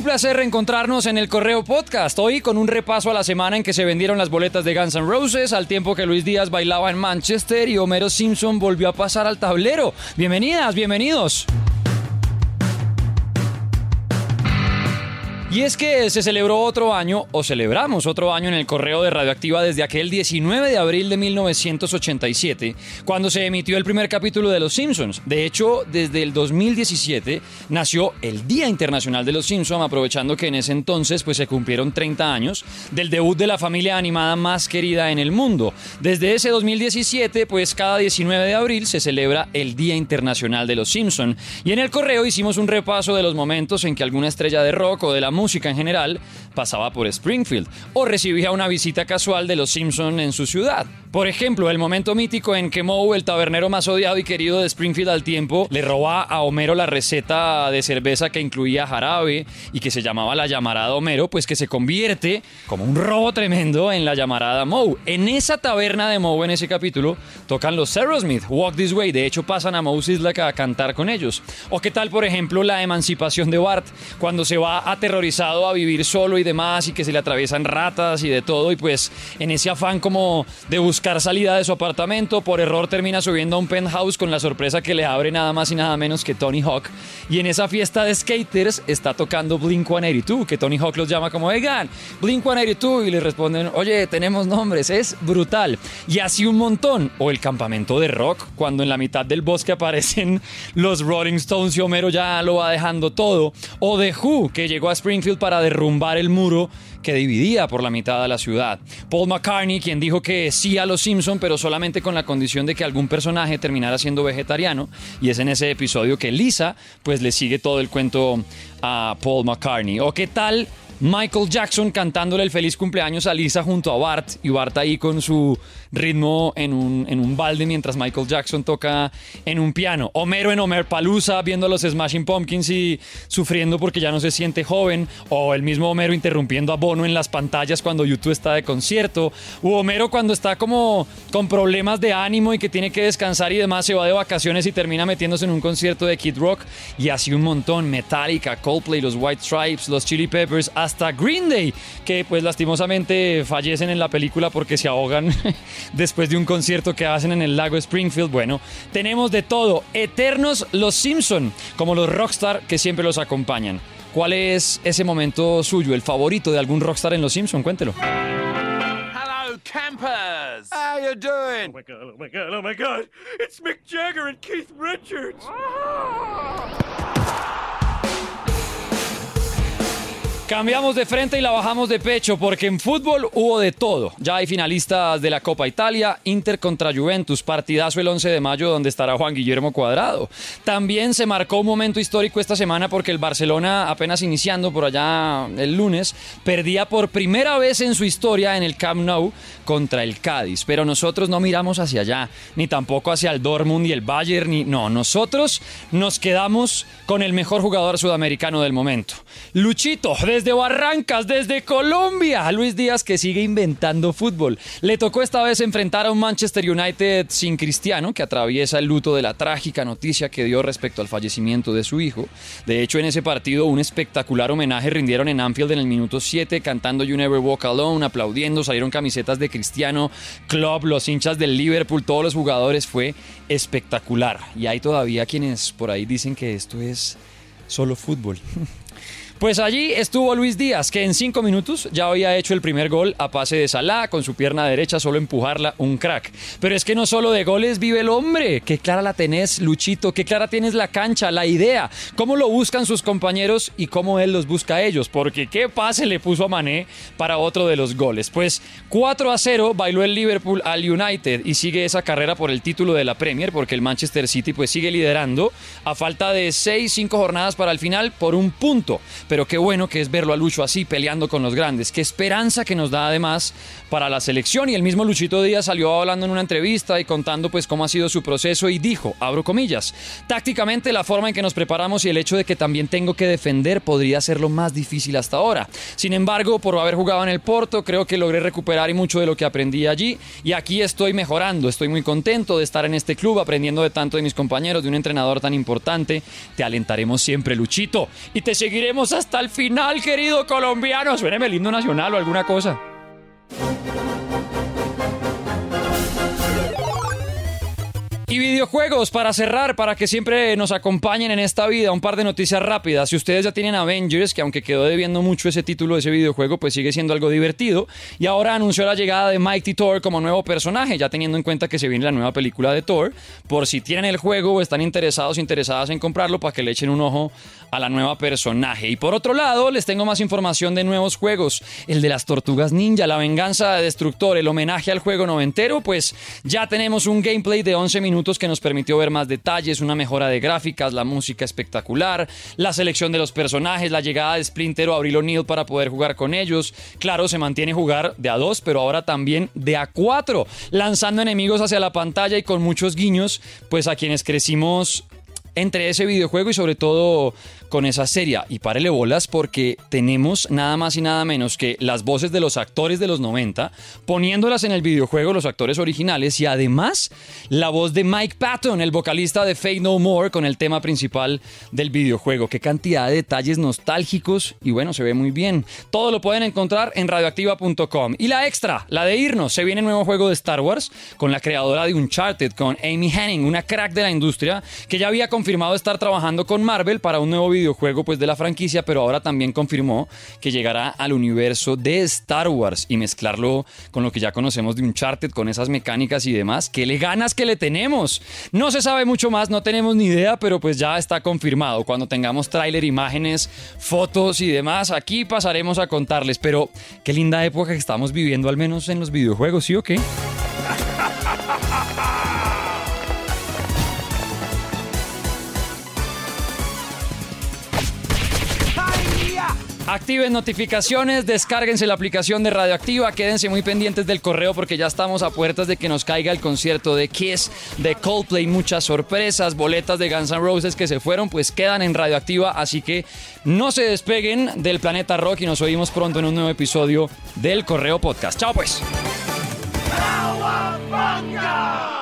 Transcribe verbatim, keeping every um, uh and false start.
placer reencontrarnos en el Correo Podcast, hoy con un repaso a la semana en que se vendieron las boletas de Guns N' Roses, al tiempo que Luis Díaz bailaba en Manchester y Homero Simpson volvió a pasar al tablero. Bienvenidas, bienvenidos. Y es que se celebró otro año, o celebramos otro año en el Correo de Radioactiva desde aquel diecinueve de abril de mil novecientos ochenta y siete, cuando se emitió el primer capítulo de Los Simpsons. De hecho, desde el dos mil diecisiete nació el Día Internacional de Los Simpsons, aprovechando que en ese entonces pues, se cumplieron treinta años del debut de la familia animada más querida en el mundo. Desde ese dos mil diecisiete, pues cada diecinueve de abril se celebra el Día Internacional de Los Simpsons. Y en el Correo hicimos un repaso de los momentos en que alguna estrella de rock o de la música en general pasaba por Springfield o recibía una visita casual de los Simpson en su ciudad. Por ejemplo, el momento mítico en que Moe, el tabernero más odiado y querido de Springfield al tiempo, le roba a Homero la receta de cerveza que incluía jarabe y que se llamaba la llamarada Homero, pues que se convierte, como un robo tremendo, en la llamarada Moe. En esa taberna de Moe, en ese capítulo, tocan los Aerosmith, Walk This Way. De hecho, pasan a Moe's Isla a cantar con ellos. O qué tal, por ejemplo, la emancipación de Bart, cuando se va aterrorizado a vivir solo y demás, y que se le atraviesan ratas y de todo, y pues en ese afán como de buscar salida de su apartamento, por error termina subiendo a un penthouse con la sorpresa que le abre nada más y nada menos que Tony Hawk, y en esa fiesta de skaters está tocando Blink ciento ochenta y dos, que Tony Hawk los llama como, oigan, Blink ciento ochenta y dos, y le responden, oye, tenemos nombres, es brutal, y así un montón. O el campamento de rock, cuando en la mitad del bosque aparecen los Rolling Stones y Homero ya lo va dejando todo, o The Who, que llegó a Springfield para derrumbar el muro que dividía por la mitad a la ciudad. Paul McCartney, quien dijo que sí a los Simpson, pero solamente con la condición de que algún personaje terminara siendo vegetariano, y es en ese episodio que Lisa pues le sigue todo el cuento a Paul McCartney. ¿O qué tal Michael Jackson cantándole el feliz cumpleaños a Lisa junto a Bart, y Bart ahí con su ritmo en un, en un balde mientras Michael Jackson toca en un piano? Homero en Homerpalooza viendo a los Smashing Pumpkins y sufriendo porque ya no se siente joven, o el mismo Homero interrumpiendo a Bono en las pantallas cuando U dos está de concierto, o Homero cuando está como con problemas de ánimo y que tiene que descansar y demás, se va de vacaciones y termina metiéndose en un concierto de Kid Rock, y así un montón. Metallica, Coldplay, los White Stripes, los Chili Peppers, hasta Green Day, que pues lastimosamente fallecen en la película porque se ahogan después de un concierto que hacen en el lago Springfield. Bueno, tenemos de todo. Eternos los Simpson, como los rockstar que siempre los acompañan. ¿Cuál es ese momento suyo, el favorito de algún rockstar en los Simpson? Cuéntelo. Hello, campers! How you doing? Oh my god, oh my god, oh my god! It's Mick Jagger and Keith Richards! Cambiamos de frente y la bajamos de pecho, porque en fútbol hubo de todo. Ya hay finalistas de la Copa Italia, Inter contra Juventus, partidazo el once de mayo donde estará Juan Guillermo Cuadrado. También se marcó un momento histórico esta semana porque el Barcelona, apenas iniciando por allá el lunes, perdía por primera vez en su historia en el Camp Nou contra el Cádiz. Pero nosotros no miramos hacia allá, ni tampoco hacia el Dortmund y el Bayern, ni... no, nosotros nos quedamos con el mejor jugador sudamericano del momento. Luchito, desde Barrancas, desde Colombia, Luis Díaz, que sigue inventando fútbol. Le tocó esta vez enfrentar a un Manchester United sin Cristiano, que atraviesa el luto de la trágica noticia que dio respecto al fallecimiento de su hijo. De hecho, en ese partido un espectacular homenaje rindieron en Anfield en el minuto siete, cantando You Never Walk Alone, aplaudiendo, salieron camisetas de Cristiano, Klopp, los hinchas del Liverpool, todos los jugadores. Fue espectacular. Y hay todavía quienes por ahí dicen que esto es solo fútbol. Pues allí estuvo Luis Díaz, que en cinco minutos ya había hecho el primer gol a pase de Salah, con su pierna derecha, solo empujarla, un crack. Pero es que no solo de goles vive el hombre. Qué clara la tenés, Luchito, qué clara tienes la cancha, la idea, cómo lo buscan sus compañeros y cómo él los busca a ellos, porque qué pase le puso a Mané para otro de los goles. Pues cuatro a cero bailó el Liverpool al United y sigue esa carrera por el título de la Premier, porque el Manchester City pues sigue liderando a falta de seis, cinco jornadas para el final por un punto. Pero qué bueno que es verlo a Lucho así, peleando con los grandes. Qué esperanza que nos da además para la selección. Y el mismo Luchito Díaz salió hablando en una entrevista y contando pues cómo ha sido su proceso y dijo, abro comillas, tácticamente la forma en que nos preparamos y el hecho de que también tengo que defender podría ser lo más difícil hasta ahora. Sin embargo, por haber jugado en el Porto, creo que logré recuperar y mucho de lo que aprendí allí. Y aquí estoy mejorando. Estoy muy contento de estar en este club, aprendiendo de tanto de mis compañeros, de un entrenador tan importante. Te alentaremos siempre, Luchito, y te seguiremos hasta el final, querido colombiano. Suéneme el himno nacional o alguna cosa. Y videojuegos, para cerrar, para que siempre nos acompañen en esta vida, un par de noticias rápidas. Si ustedes ya tienen Avengers, que aunque quedó debiendo mucho ese título de ese videojuego, pues sigue siendo algo divertido. Y ahora anunció la llegada de Mighty Thor como nuevo personaje, ya teniendo en cuenta que se viene la nueva película de Thor. Por si tienen el juego o están interesados, interesadas en comprarlo, para que le echen un ojo a la nueva personaje. Y por otro lado, les tengo más información de nuevos juegos. El de las Tortugas Ninja, la venganza de Destructor, el homenaje al juego noventero, pues ya tenemos un gameplay de once minutos que nos permitió ver más detalles, una mejora de gráficas, la música espectacular, la selección de los personajes, la llegada de Splinter o Avril O'Neil para poder jugar con ellos. Claro, se mantiene jugar de a dos, pero ahora también de a cuatro, lanzando enemigos hacia la pantalla y con muchos guiños, pues a quienes crecimos entre ese videojuego y sobre todo con esa serie. Y párele bolas porque tenemos nada más y nada menos que las voces de los actores de los noventa, poniéndolas en el videojuego, los actores originales, y además la voz de Mike Patton, el vocalista de Faith No More, con el tema principal del videojuego. Qué cantidad de detalles nostálgicos y bueno, se ve muy bien. Todo lo pueden encontrar en radioactiva punto com. Y la extra, la de irnos, se viene el nuevo juego de Star Wars con la creadora de Uncharted, con Amy Hennig, una crack de la industria que ya había confirmado estar trabajando con Marvel para un nuevo videojuego pues de la franquicia, pero ahora también confirmó que llegará al universo de Star Wars y mezclarlo con lo que ya conocemos de Uncharted, con esas mecánicas y demás. ¡Qué le ganas que le tenemos! No se sabe mucho más, no tenemos ni idea, pero pues ya está confirmado. Cuando tengamos tráiler, imágenes, fotos y demás, aquí pasaremos a contarles. Pero qué linda época que estamos viviendo, al menos en los videojuegos, ¿sí o qué? Activen notificaciones, descárguense la aplicación de Radioactiva, quédense muy pendientes del correo porque ya estamos a puertas de que nos caiga el concierto de Kiss, de Coldplay, muchas sorpresas, boletas de Guns N' Roses que se fueron, pues quedan en Radioactiva, así que no se despeguen del Planeta Rock y nos oímos pronto en un nuevo episodio del Correo Podcast. ¡Chao pues! Cowabunga!